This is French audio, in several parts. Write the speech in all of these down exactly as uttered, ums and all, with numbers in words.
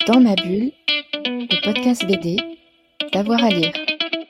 Dans ma bulle, le podcast B D, d'avoir à lire.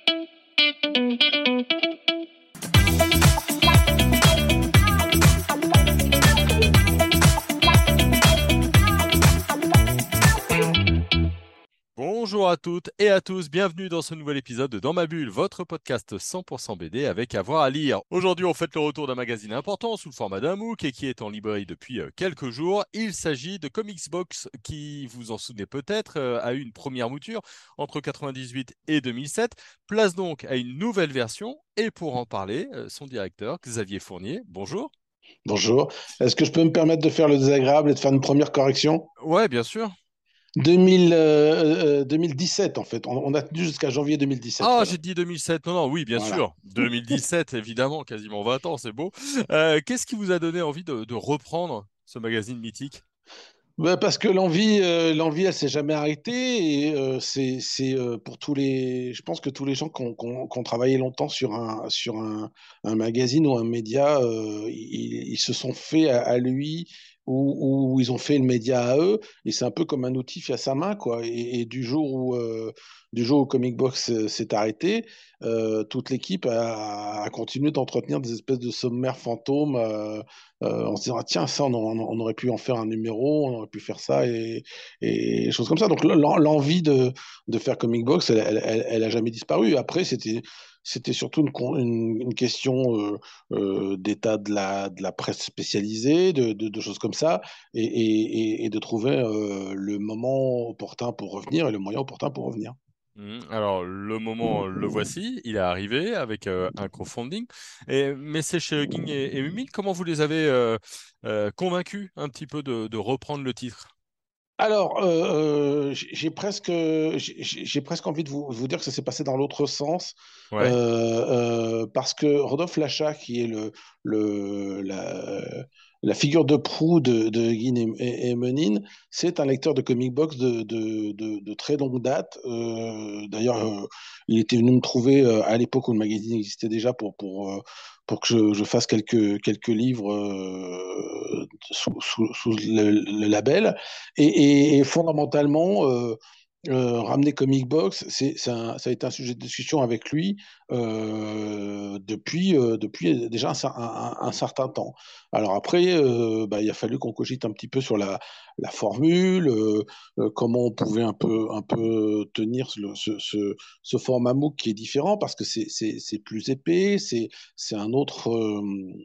Bonjour à toutes et à tous, bienvenue dans ce nouvel épisode de Dans ma bulle, votre podcast cent pour cent B D avec avoir à lire. Aujourd'hui, on fait le retour d'un magazine important sous le format d'un MOOC et qui est en librairie depuis quelques jours. Il s'agit de Comics Box qui, vous en souvenez peut-être, a eu une première mouture entre quatre-vingt-dix-huit et deux mille sept. Place donc à une nouvelle version et pour en parler, son directeur Xavier Fournier. Bonjour. Bonjour. Est-ce que je peux me permettre de faire le désagréable et de faire une première correction? Ouais, bien sûr. deux mille, euh, euh, deux mille dix-sept, en fait. On, on a tenu jusqu'à janvier deux mille dix-sept. Ah, Voilà. j'ai dit deux mille sept. Non, non, oui, bien Voilà. sûr. deux mille dix-sept, évidemment, quasiment vingt ans, c'est beau. Euh, qu'est-ce qui vous a donné envie de, de reprendre ce magazine mythique? Bah, parce que l'envie, euh, l'envie, elle s'est jamais arrêtée. Et euh, c'est, c'est euh, pour tous les. Je pense que tous les gens qui ont, qui ont- qui ont travaillé longtemps sur un, sur un, un magazine ou un média, euh, ils, ils se sont fait à, à lui ou, ou ils ont fait le média à eux. Et c'est un peu comme un outil fait à sa main, quoi. Et, et du jour où, euh, du jour où Comic Box euh, s'est arrêté, euh, toute l'équipe a, a continué d'entretenir des espèces de sommaires fantômes. euh, euh, en se disant, ah, tiens, ça, on, on- on aurait pu en faire un numéro, on aurait pu faire ça et, et des choses comme ça. Donc l'en- l'envie de, de faire Comic Box, elle, elle, elle, elle a jamais disparu. Après, c'était, c'était surtout une, con- une, une question euh, euh, d'état de la, de la presse spécialisée, de, de, de choses comme ça, et, et, et- et de trouver euh, le moment opportun pour revenir et le moyen opportun pour revenir. Mhm. Alors, le moment, le voici. Il est arrivé avec euh, un crowdfunding. Et, mais c'est chez Hugging et, et Humil. Comment vous les avez euh, euh, convaincus un petit peu de, de reprendre le titre? Alors, euh, euh, j'ai j'ai presque, j'ai j'ai presque envie de vous, vous dire que ça s'est passé dans l'autre sens, Ouais. euh, euh, parce que Rodolphe Lacha, qui est le, le, la, la figure de proue de, de Guin et, et, et Menin, c'est un lecteur de comic box de, de, de, de très longue date. Euh, d'ailleurs, euh, il était venu me trouver euh, à l'époque où le magazine existait déjà pour, pour, euh, pour que je, je fasse quelques, quelques livres euh, sous, sous, sous le, le label. Et, et- et fondamentalement, euh, euh, ramener Comic Box, c'est, c'est un- ça a été un sujet de discussion avec lui euh, depuis, euh, depuis déjà un, cer- un- un certain temps. Alors après, euh, bah, il a fallu qu'on cogite un petit peu sur la, la formule, euh, euh, comment on pouvait un peu, un peu tenir le- ce, ce, ce format MOOC qui est différent parce que c'est c'est- c'est plus épais, c'est c'est un autre, euh,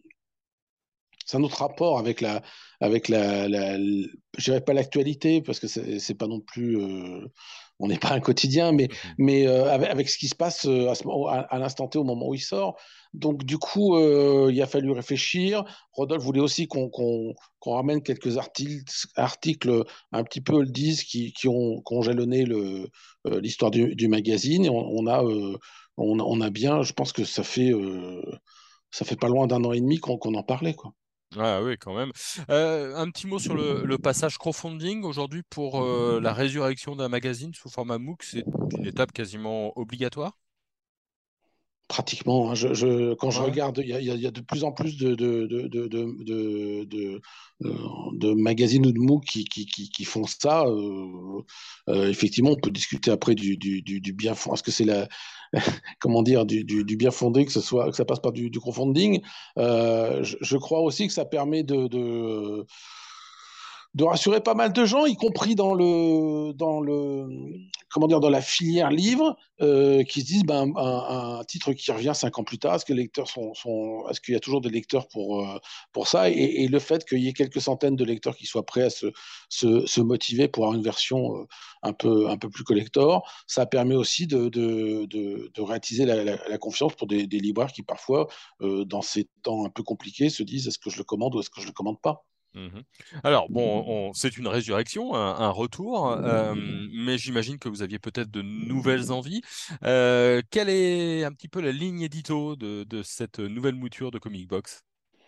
c'est un autre rapport avec la, avec la, la, l- je dirais pas l'actualité parce que c'est c'est pas non plus, euh, on n'est pas un quotidien, mais, mais euh, avec, avec ce qui se passe euh, à, ce moment- à, à l'instant T au moment où il sort. Donc du coup, euh, il a fallu réfléchir. Rodolphe voulait aussi qu'on qu'on, qu'on ramène quelques articles, articles un petit peu oldies qui, qui ont, qui ont jalonné le, euh, l'histoire du, du magazine. Et on, on a, euh, on, on a bien, je pense que ça fait, euh, ça fait pas loin d'un an et demi qu'on qu'on en parlait, quoi. Ah oui, quand même. Euh, un petit mot sur le, le passage crowdfunding. Aujourd'hui, pour euh, la résurrection d'un magazine sous format MOOC, c'est une étape quasiment obligatoire. Pratiquement, hein. Je, je- quand je Ouais. regarde, il y a, il y a- il y a de plus en plus de, de, de, de, de, de, de- euh, de magazines ou de MOOC qui, qui, qui, qui font ça. Euh, euh, effectivement, on peut discuter après du, du, du, du bien fondé. Est-ce que c'est la, comment dire, du, du, du bien fondé, que ce soit, que ça passe par du, du crowdfunding? Euh, je, je crois aussi que ça permet de, de de rassurer pas mal de gens, y compris dans le, dans le, comment dire, dans la filière livre, euh, qui se disent, ben, un, un titre qui revient cinq ans plus tard, est-ce que les lecteurs sont, sont est-ce qu'il y a toujours des lecteurs pour, euh, pour ça, et, et, le fait qu'il y ait quelques centaines de lecteurs qui soient prêts à se, se, se motiver pour avoir une version euh, un peu, un peu plus collector, ça permet aussi de, de, de, de réattiser la, la, la, confiance pour des, des libraires qui parfois, euh, dans ces temps un peu compliqués, se disent, est-ce que je le commande ou est-ce que je le commande pas? Mhm. Alors, bon, on- c'est une résurrection, un, un retour, euh, mais j'imagine que vous aviez peut-être de nouvelles envies. Euh, quelle est un petit peu la ligne édito de, de cette nouvelle mouture de Comic Box?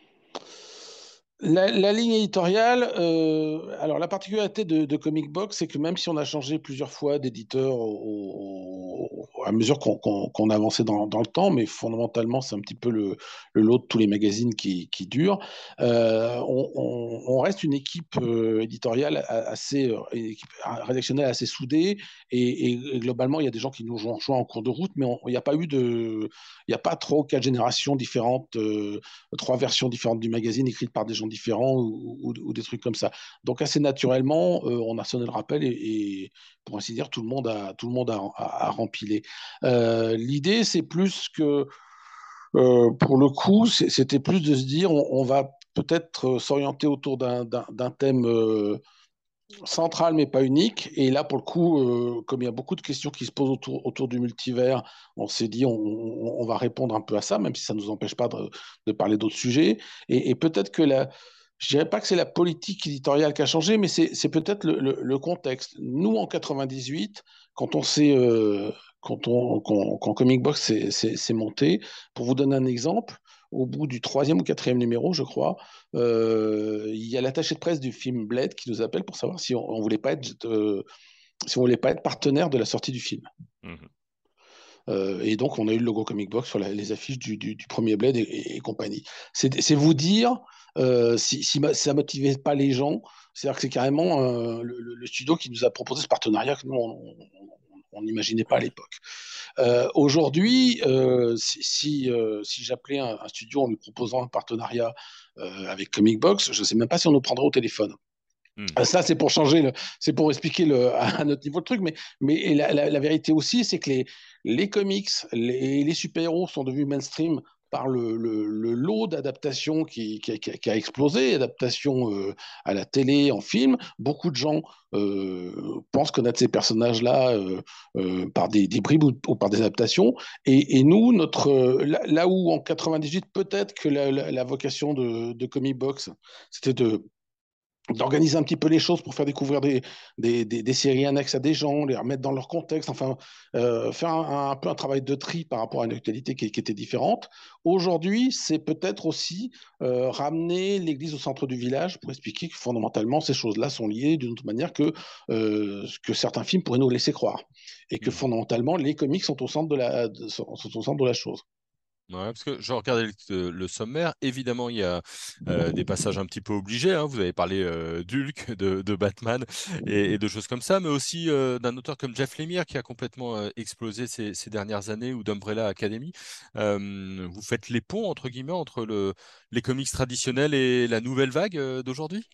La, la ligne éditoriale, euh, alors la particularité de, de Comic Box, c'est que même si on a changé plusieurs fois d'éditeur au- au- à mesure qu'on qu'on, qu'on avançait dans, dans le temps, mais fondamentalement, c'est un petit peu le, le lot de tous les magazines qui, qui durent. Euh, on, on, on, reste une équipe euh, éditoriale assez, euh, une équipe rédactionnelle assez soudée, et, et, et, globalement, il y a des gens qui nous ont rejoints en cours de route, mais il n'y a pas eu de, il n'y a pas trois ou quatre générations différentes, euh, trois versions différentes du magazine écrites par des gens différents ou, ou, ou des trucs comme ça. Donc assez naturellement, euh, on a sonné le rappel et, et pour ainsi dire, tout le monde a, tout le monde a, a, a rempilé. Euh, L'idée, c'est plus que, euh, pour le coup, c'était plus de se dire, on, on va peut-être s'orienter autour d'un thème euh, central, mais pas unique. Et là, pour le coup, euh, comme il y a beaucoup de questions qui se posent autour, autour du multivers, on s'est dit, on, on, on, va répondre un peu à ça, même si ça ne nous empêche pas de, de parler d'autres sujets. Et, et peut-être que la, je dirais pas que c'est la politique éditoriale qui a changé, mais c'est peut-être le, le, le, contexte. Nous, en quatre-vingt-dix-huit, quand on s'est, euh, quand, on, quand, quand Comic Box s'est monté, pour vous donner un exemple, au bout du troisième ou quatrième numéro, je crois, euh, il y a l'attaché de presse du film Blade qui nous appelle pour savoir si on, on voulait pas être, euh, si on voulait pas être partenaire de la sortie du film. Mmh. Euh, et donc, on a eu le logo Comic Box sur la, les affiches du, du, du premier Blade et, et, et compagnie. C'est vous dire euh, si, si ça motivait pas les gens. C'est-à-dire que c'est carrément euh, le, le, studio qui nous a proposé ce partenariat que nous, on n'imaginait pas à l'époque. Euh, Aujourd'hui, euh, si, si, euh, si j'appelais un, un, studio en lui proposant un partenariat euh, avec Comic Box, je ne sais même pas si on nous prendrait au téléphone. Mmh. Ça, c'est pour changer, le, c'est pour expliquer le, à notre niveau le truc, mais, mais la, la, la vérité aussi, c'est que les, les comics, les, les super-héros sont devenus mainstream par le, le, le lot d'adaptations qui, qui, qui, qui a explosé, adaptations euh, à la télé, en film. Beaucoup de gens euh, pensent connaître ces personnages-là euh, euh, par des, des bribes ou, ou par des adaptations. Et, et nous, notre, là, là où en quatre-vingt-dix-huit, peut-être que la, la, la vocation de, de Comic Box, c'était de d'organiser un petit peu les choses pour faire découvrir des, des, des, des séries annexes à des gens, les remettre dans leur contexte, enfin, euh, faire un, un peu un travail de tri par rapport à une actualité qui, qui était différente. Aujourd'hui, c'est peut-être aussi euh, ramener l'église au centre du village pour expliquer que fondamentalement, ces choses-là sont liées d'une autre manière que, euh, que certains films pourraient nous laisser croire. Et que mmh. fondamentalement, les comics sont au centre de la, de, sont au centre de la chose. Ouais, parce que je regardais le, le sommaire. Évidemment, il y a euh, des passages un petit peu obligés. Hein. Vous avez parlé euh, d'Hulk, de, de Batman et, et de choses comme ça, mais aussi euh, d'un auteur comme Jeff Lemire qui a complètement euh, explosé ces, ces dernières années, ou d'Umbrella Academy. Euh, vous faites les ponts, entre guillemets, entre le, les comics traditionnels et la nouvelle vague euh, d'aujourd'hui?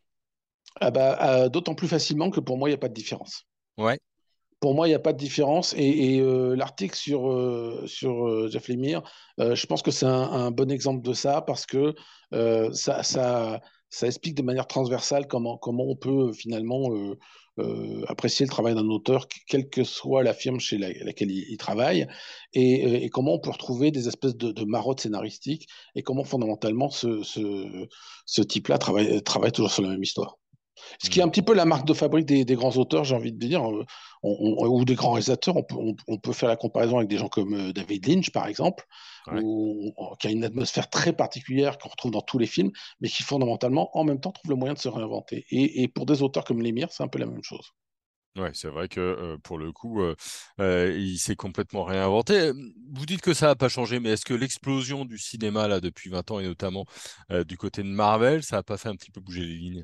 Ah bah, euh, d'autant plus facilement que pour moi, il n'y a pas de différence. Ouais. Pour moi, il n'y a pas de différence. Et, et euh, l'article sur, euh, sur euh, Jeff Lemire, euh, je pense que c'est un, un, bon exemple de ça parce que euh, ça, ça, ça explique de manière transversale comment, comment on peut finalement euh, euh, apprécier le travail d'un auteur, quelle que soit la firme chez la, laquelle il, il travaille, et, et, comment on peut retrouver des espèces de, de marottes scénaristiques et comment fondamentalement ce, ce, ce type-là travaille, travaille toujours sur la même histoire. Ce qui est un petit peu la marque de fabrique des, des grands auteurs, j'ai envie de dire, on, on, ou des grands réalisateurs. On peut, on, on peut, faire la comparaison avec des gens comme euh, David Lynch, par exemple, ouais. où, qui a une atmosphère très particulière qu'on retrouve dans tous les films, mais qui fondamentalement, en même temps, trouve le moyen de se réinventer. Et, et pour des auteurs comme Lemire, c'est un peu la même chose. Ouais, c'est vrai que euh, pour le coup, euh, euh, il s'est complètement réinventé. Vous dites que ça n'a pas changé, mais est-ce que l'explosion du cinéma là depuis vingt ans, et notamment euh, du côté de Marvel, ça n'a pas fait un petit peu bouger les lignes?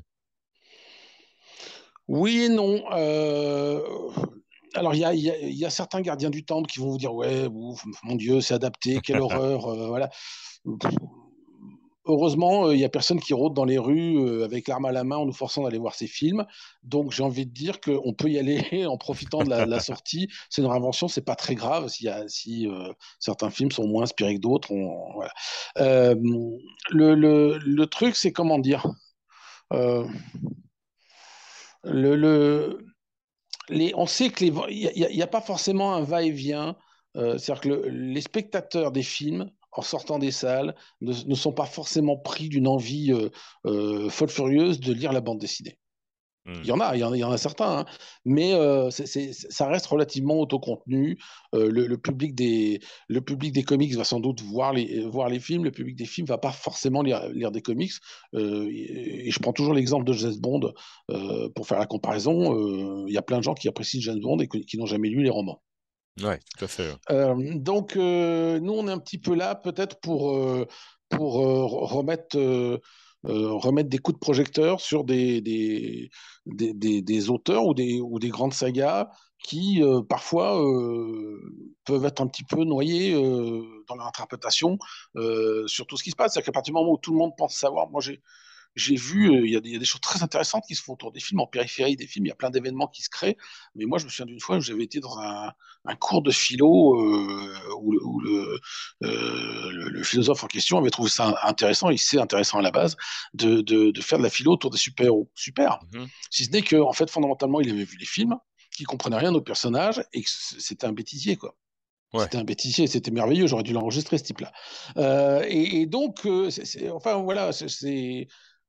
Oui et non. Euh... Alors, il y a, y, a, y a certains gardiens du temple qui vont vous dire, ouais, ouf, mon Dieu, c'est adapté, quelle horreur, euh, voilà. Heureusement, il euh, n'y a personne qui rôde dans les rues euh, avec l'arme à la main en nous forçant d'aller voir ces films. Donc, j'ai envie de dire qu'on peut y aller en profitant de la, la sortie. C'est une réinvention, c'est pas très grave si, y a, si euh, certains films sont moins inspirés que d'autres. Voilà. Euh, le, le, le, truc, c'est comment dire euh, le, le, les, On sait qu'il n'y a, a, a pas forcément un va-et-vient. Euh, C'est-à-dire que le, les spectateurs des films, en sortant des salles, ne, ne sont pas forcément pris d'une envie euh, euh, folle furieuse de lire la bande dessinée. Mmh. Il y en a, il y en a, il y en a certains, hein, mais euh, c'est, c'est, ça reste relativement autocontenu. Euh, le, le, public des, le public des comics va sans doute voir les, voir les films, le public des films va pas forcément lire, lire des comics. Euh, et, et je prends toujours l'exemple de James Bond euh, pour faire la comparaison. Euh, il y a plein de gens qui apprécient James Bond et qui, qui n'ont jamais lu les romans. Ouais, tout à fait. Ouais. Euh, donc, euh, nous, on est un petit peu là, peut-être pour, euh, pour euh, remettre, euh, euh, remettre des coups de projecteur sur des, des, des, des- des auteurs ou des, ou des grandes sagas qui, euh, parfois, euh, peuvent être un petit peu noyés euh, dans leur interprétation euh, sur tout ce qui se passe. C'est-à-dire qu'à partir du moment où tout le monde pense savoir, moi, j'ai j'ai vu, euh, il y a des, il y a des choses très intéressantes qui se font autour des films, en périphérie des films, il y a plein d'événements qui se créent. Mais moi, je me souviens d'une fois où j'avais été dans un, un cours de philo euh, où, le, où le, euh, le- le philosophe en question avait trouvé ça intéressant, et c'est intéressant à la base, de, de, de faire de la philo autour des super-héros. Super. Mhm. Si ce n'est que, en fait, fondamentalement, il avait vu les films, qu'il comprenait rien aux personnages, et que c'était un bêtisier, quoi. Ouais. C'était un bêtisier, c'était merveilleux, j'aurais dû l'enregistrer, ce type-là. Euh, et, et, donc, euh, c'est, c'est, enfin, voilà, c'est, c'est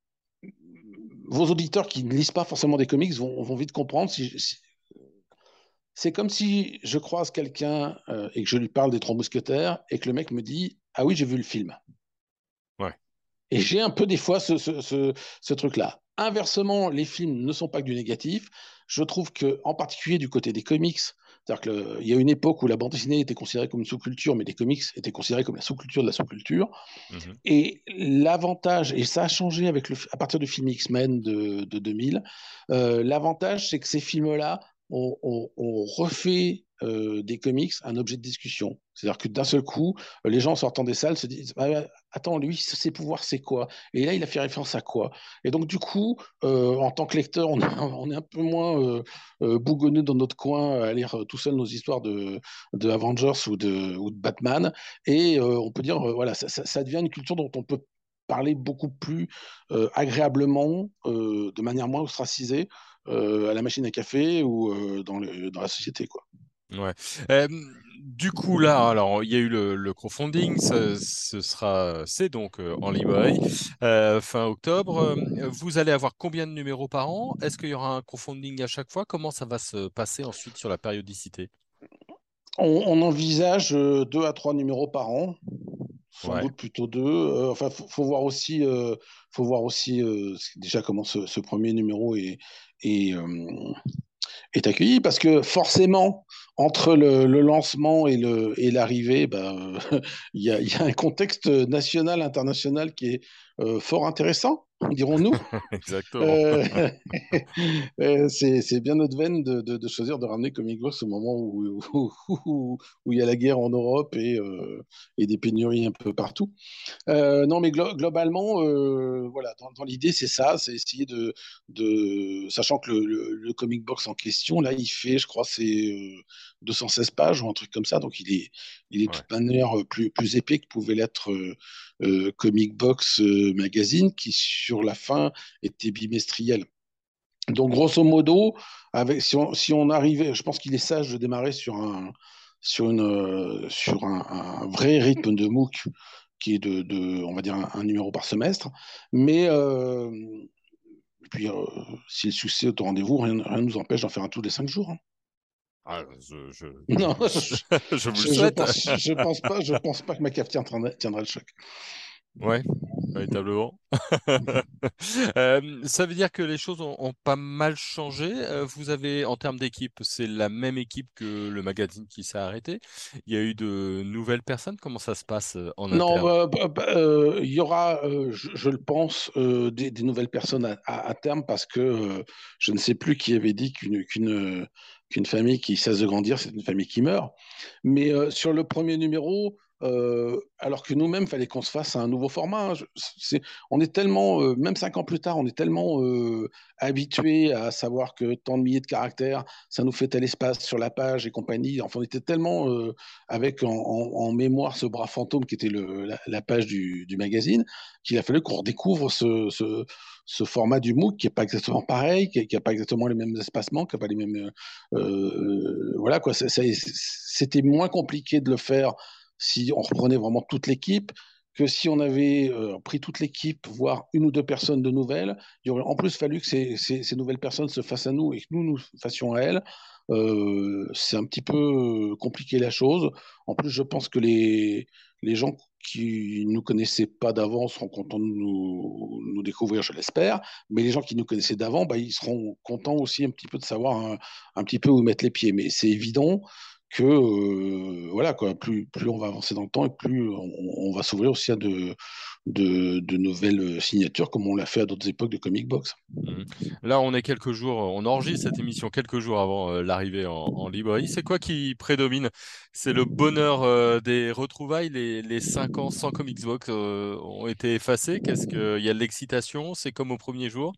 vos auditeurs qui ne lisent pas forcément des comics vont, vont vite comprendre. Si, si- c'est comme si je croise quelqu'un euh, et que je lui parle des Trois Mousquetaires et que le mec me dit ah oui, j'ai vu le film. Ouais. Et j'ai un peu des fois ce, ce, ce, ce truc-là. Inversement, les films ne sont pas que du négatif. Je trouve que, en particulier du côté des comics, c'est-à-dire qu'il y a une époque où la bande dessinée était considérée comme une sous-culture, mais les comics étaient considérés comme la sous-culture de la sous-culture. Mhm. Et l'avantage, et ça a changé avec le, à partir du film X-Men de, de deux mille, euh, l'avantage, c'est que ces films-là ont, ont- ont refait euh, des comics un objet de discussion. C'est-à-dire que d'un seul coup, les gens sortant des salles se disent ah, ouais, attends, lui, ses pouvoirs, c'est quoi? Et là, il a fait référence à quoi? Et donc, du coup, euh, en tant que lecteur, on, on est un peu moins euh, euh, bougonneux dans notre coin à lire tout seul nos histoires de, de Avengers ou de, ou de Batman. Et euh, on peut dire, euh, voilà, ça, ça, ça devient une culture dont on peut parler beaucoup plus euh, agréablement, euh, de manière moins ostracisée, euh, à la machine à café ou euh, dans, le, dans la société, quoi. Ouais. Euh, du coup, là, alors, il y a eu le, le crowdfunding, ça- ce sera, c'est donc euh, en librairie euh, fin octobre. Euh, Vous allez avoir combien de numéros par an? Est-ce qu'il y aura un crowdfunding à chaque fois? Comment ça va se passer ensuite sur la périodicité? On, on envisage euh, deux à trois numéros par an, sans Ouais. doute plutôt deux. Euh, enfin, faut, faut voir aussi, euh, faut voir aussi euh, déjà comment ce, ce premier numéro est, est, euh, est accueilli, parce que forcément, entre le, le lancement et le et l'arrivée, ben, euh, il y a, il y a un contexte national, international qui est euh, fort intéressant, dirons-nous. Exactement. Euh, euh, c'est, c'est bien notre veine de, de, de choisir de ramener Comic Box au moment où, où, où, où il y a la guerre en Europe et, euh, et des pénuries un peu partout. Euh, non, mais glo- globalement, euh, voilà, dans, dans l'idée, c'est ça, c'est essayer de, de sachant que le, le- le comic box en question, là, il fait, je crois, c'est euh, deux cent seize pages ou un truc comme ça, donc il est, il est de Ouais. toute manière plus, plus épais que pouvait l'être euh, euh, Comic Box euh, Magazine, qui sur la fin était bimestriel. Donc, grosso modo, avec, si on, si on arrivait, je pense qu'il est sage de démarrer sur un, sur une, euh, sur un, un vrai rythme de MOOC qui est de, de on va dire, un, un numéro par semestre. Mais, euh, et puis, euh, si le succès est au rendez-vous, rien ne nous empêche d'en faire un tous les cinq jours, hein. Ah, je, je, je Non, vous le, je, je vous le je, je souhaite. pense, je pense pas, je pense pas que ma cafetière tiendra, tiendra le choc. Ouais, véritablement. Euh, ça veut dire que les choses ont, ont pas mal changé. Euh, vous avez, en termes d'équipe, c'est la même équipe que le magazine qui s'est arrêté. Il y a eu de nouvelles personnes. Comment ça se passe euh, en Non, interne? bah, bah, bah, euh, il y aura, euh, je, je le pense, euh, des, des nouvelles personnes à, à- à terme, parce que euh, je ne sais plus qui avait dit qu'une qu'une qu'une famille qui cesse de grandir, c'est une famille qui meurt. Mais euh, sur le premier numéro, euh, alors que nous-mêmes, il fallait qu'on se fasse un nouveau format, hein. Je- c'est- on est tellement, euh, même cinq ans plus tard, on est tellement euh, habitué à savoir que tant de milliers de caractères, ça nous fait tel espace sur la page et compagnie. Enfin, on était tellement euh, avec en, en- en mémoire ce bras fantôme qui était le, la, la page du, du magazine, qu'il a fallu qu'on redécouvre ce, ce, ce format du MOOC qui n'est pas exactement pareil, qui n'a pas exactement les mêmes espacements, qui n'a pas les mêmes. Euh, euh, voilà quoi, ça- ça- c'était moins compliqué de le faire si on reprenait vraiment toute l'équipe que si on avait euh, pris toute l'équipe, voire une ou deux personnes de nouvelles. Il aurait en plus fallu que ces, ces, ces nouvelles personnes se fassent à nous et que nous nous fassions à elles. Euh, c'est un petit peu euh, compliqué la chose. En plus, je pense que les, les gens qui ne nous connaissaient pas d'avant seront contents de nous, nous découvrir, je l'espère. Mais les gens qui nous connaissaient d'avant, bah, ils seront contents aussi un petit peu de savoir un, un petit peu où mettre les pieds. Mais c'est évident que euh, voilà quoi, plus, plus on va avancer dans le temps et plus on, on va s'ouvrir aussi à de, de, de nouvelles signatures, comme on l'a fait à d'autres époques de Comic Box. Mhm. Là, on est quelques jours, on enregistre cette émission quelques jours avant euh, l'arrivée en, en librairie. C'est quoi qui prédomine? C'est le bonheur euh, des retrouvailles. Les, les cinq ans sans Comics Box euh, ont été effacés. Qu'est-ce que, il y a de l'excitation? C'est comme au premier jour?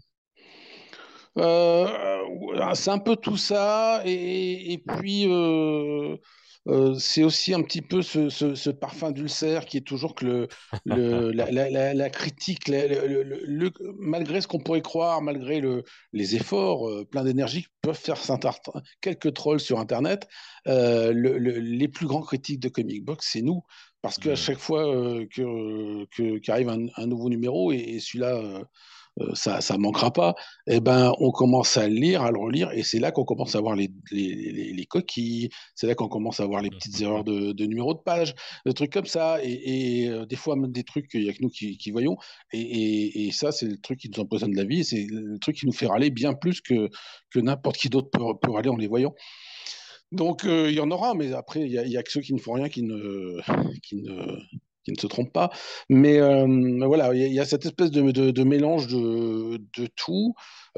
Euh, ouais, c'est un peu tout ça, et, et puis euh, euh, c'est aussi un petit peu ce, ce- ce parfum d'ulcère qui est toujours que le, le, la, la- la- la critique, la- le- le- le- malgré ce qu'on pourrait croire, malgré le, les efforts euh, pleins d'énergie que peuvent faire certains- quelques trolls sur Internet, euh, le- le- les plus grands critiques de Comic Box, c'est nous. Parce qu'à Mhm. chaque fois euh, que, que- qu'arrive un, un nouveau numéro, et, et celui-là, euh, euh, ça ça manquera pas, eh ben, on commence à le lire, à le relire, et c'est là qu'on commence à voir les, les, les, les coquilles, c'est là qu'on commence à voir les petites erreurs de, de numéro de page, des trucs comme ça, et, et euh, des fois même des trucs qu'il n'y a que nous qui, qui voyons, et, et, et ça, c'est le truc qui nous empoisonne la vie, c'est le truc qui nous fait râler bien plus que, que n'importe qui d'autre peut, peut râler en les voyant. Donc, euh, il y en aura, mais après, il y a, il y a que ceux qui ne font rien qui ne, qui ne, qui ne se trompent pas. Mais euh, voilà, il y, a il y a cette espèce de, de- de mélange de, de tout.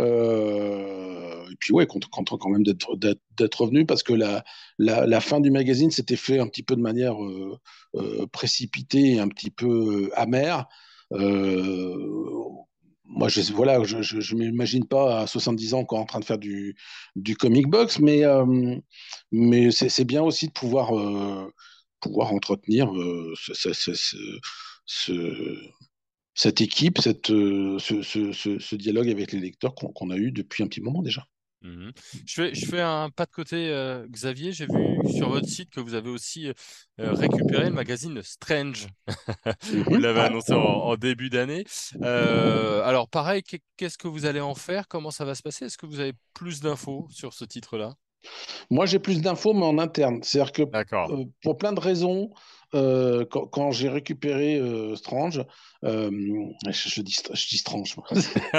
Euh, et puis, ouais, content, content quand même d'être d'être- d'être revenu, parce que la, la, la fin du magazine s'était fait un petit peu de manière euh, euh, précipitée et un petit peu euh, amère. Euh, Moi, je, voilà, je, je, je m'imagine pas à soixante-dix ans encore en train de faire du, du comic box, mais, euh, mais c'est c'est bien aussi de pouvoir, euh, pouvoir entretenir euh, ce, ce- ce- ce- ce- cette équipe, cette, euh, ce, ce- ce- ce dialogue avec les lecteurs qu'on qu'on a eu depuis un petit moment déjà. Mhm. Je fais, je fais un pas de côté, euh, Xavier. J'ai vu sur votre site que vous avez aussi euh, récupéré le magazine Strange. Vous Mhm, l'avez ouais. annoncé en, en début d'année. Euh, alors, pareil, qu'est- qu'est-ce que vous allez en faire? Comment ça va se passer? Est-ce que vous avez plus d'infos sur ce titre-là? Moi, j'ai plus d'infos, mais en interne. C'est-à-dire que D'accord. euh, pour plein de raisons, euh, quand, quand j'ai récupéré euh, Strange, euh, je, je dis, je dis Strange, moi.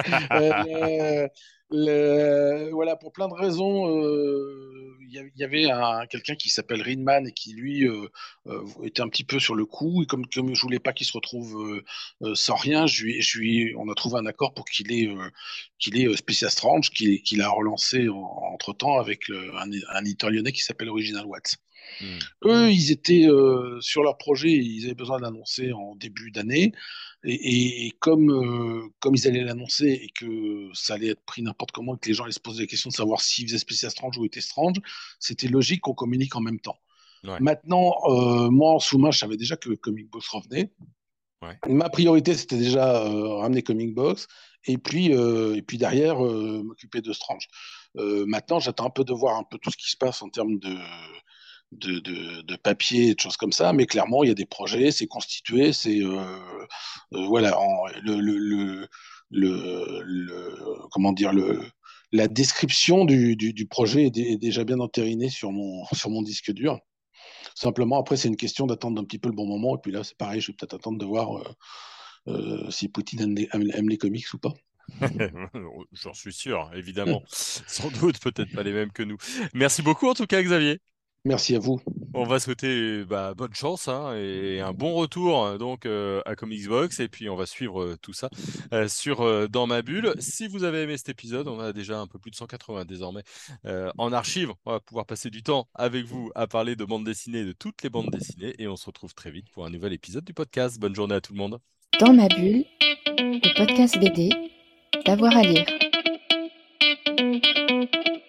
Euh, le- voilà, pour plein de raisons, euh, il y, a- il y avait un, quelqu'un qui s'appelle Rinman et qui, lui, euh, euh, était un petit peu sur le coup. Et comme, comme je voulais pas qu'il se retrouve euh, euh, sans rien, je lui, je lui- on a trouvé un accord pour qu'il ait, euh, qu'il ait euh, Special Strange, qu'il qu'il a relancé en- entre-temps avec le- un, un éditeur lyonnais qui s'appelle Original Watts. Hmm. Eux, ils étaient euh, sur leur projet, ils avaient besoin de l'annoncer en début d'année. Et, et comme, euh, comme ils allaient l'annoncer et que ça allait être pris n'importe comment et que les gens allaient se poser la question de savoir s'ils faisaient Special Strange ou étaient Strange, c'était logique qu'on communique en même temps. Ouais. Maintenant, euh, moi, en sous-main, je savais déjà que Comic Box revenait. Ouais. Ma priorité, c'était déjà euh, ramener Comic Box et puis, euh, et puis derrière, euh, m'occuper de Strange. Euh, maintenant, j'attends un peu de voir un peu tout ce qui se passe en termes de, de, de, de papier et de choses comme ça, mais clairement, il y a des projets, c'est constitué, c'est euh, euh, voilà, en- le, le, le, le, le- comment dire le la description du, du, du projet est, dé- est déjà bien entérinée sur mon, sur mon disque dur. Simplement, après, c'est une question d'attendre un petit peu le bon moment. Et puis là, c'est pareil, je vais peut-être attendre de voir euh, euh, si Poutine aime les, aime, aime les comics ou pas. J'en suis sûr, évidemment. Sans doute, peut-être pas les mêmes que nous. Merci beaucoup en tout cas, Xavier. Merci à vous. On va souhaiter bah, bonne chance hein, et un bon retour euh, donc euh, à Comicsbox et puis on va suivre euh, tout ça euh, sur euh, Dans ma bulle. Si vous avez aimé cet épisode, on a déjà un peu plus de cent quatre-vingts désormais euh, en archive. On va pouvoir passer du temps avec vous à parler de bande dessinée, de toutes les bandes dessinées et on se retrouve très vite pour un nouvel épisode du podcast. Bonne journée à tout le monde. Dans ma bulle, le podcast B D, d'avoir à lire.